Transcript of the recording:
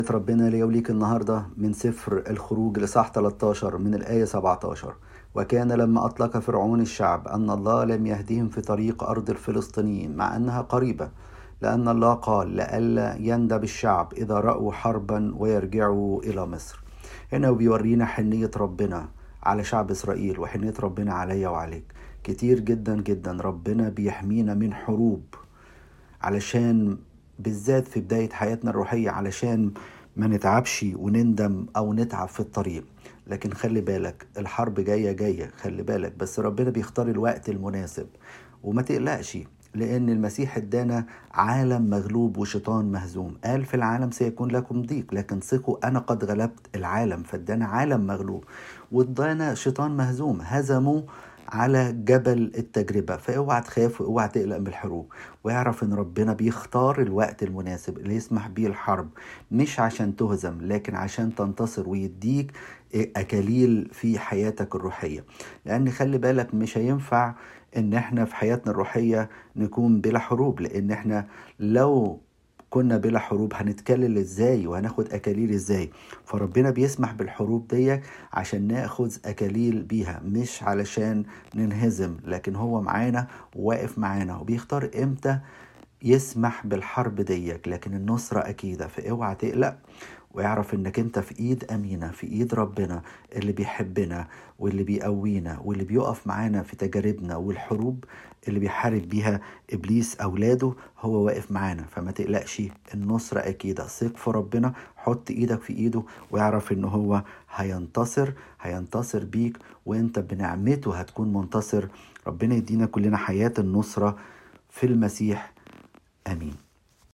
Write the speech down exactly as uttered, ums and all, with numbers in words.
ربنا ليا وليك النهاردة من سفر الخروج لصح ثلاثة عشر من الآية سبعة عشر. وكان لما أطلق فرعون الشعب أن الله لم يهديهم في طريق أرض الفلسطينيين مع أنها قريبة، لأن الله قال لئلا يندب الشعب إذا رأوا حربا ويرجعوا إلى مصر. هنا بيورينا حنية ربنا على شعب إسرائيل وحنية ربنا عليا وعليك. كتير جدا جدا ربنا بيحمينا من حروب، علشان بالذات في بداية حياتنا الروحية علشان ما نتعبش ونندم أو نتعب في الطريق. لكن خلي بالك الحرب جاية جاية، خلي بالك، بس ربنا بيختار الوقت المناسب. وما تقلقش، لأن المسيح ادانا عالم مغلوب وشيطان مهزوم. قال في العالم سيكون لكم ضيق، لكن ثقوا أنا قد غلبت العالم. فادانا عالم مغلوب وادانا شيطان مهزوم هزمه على جبل التجربة. فاوعى تخاف واوعى تقلق من الحروب، واعرف ان ربنا بيختار الوقت المناسب اللي يسمح بيه الحرب، مش عشان تهزم لكن عشان تنتصر ويديك اكاليل في حياتك الروحية. لان خلي بالك مش هينفع ان احنا في حياتنا الروحية نكون بلا حروب، لان احنا لو كنا بلا حروب هنتكلل ازاي وهناخد اكاليل ازاي؟ فربنا بيسمح بالحروب دي عشان ناخد اكاليل بيها، مش علشان ننهزم، لكن هو معانا وواقف معانا وبيختار امتى يسمح بالحرب ديك. لكن النصرة اكيدة، فاوعى تقلق، واعرف انك انت في ايد امينة، في ايد ربنا اللي بيحبنا واللي بيقوينا واللي بيقف معانا في تجاربنا والحروب اللي بيحارب بيها ابليس اولاده. هو واقف معانا، فما تقلقش، النصرة اكيدة. ثق في ربنا، حط ايدك في ايده واعرف ان هو هينتصر هينتصر بيك، وانت بنعمته هتكون منتصر. ربنا يدينا كلنا حياة النصرة في المسيح. امين.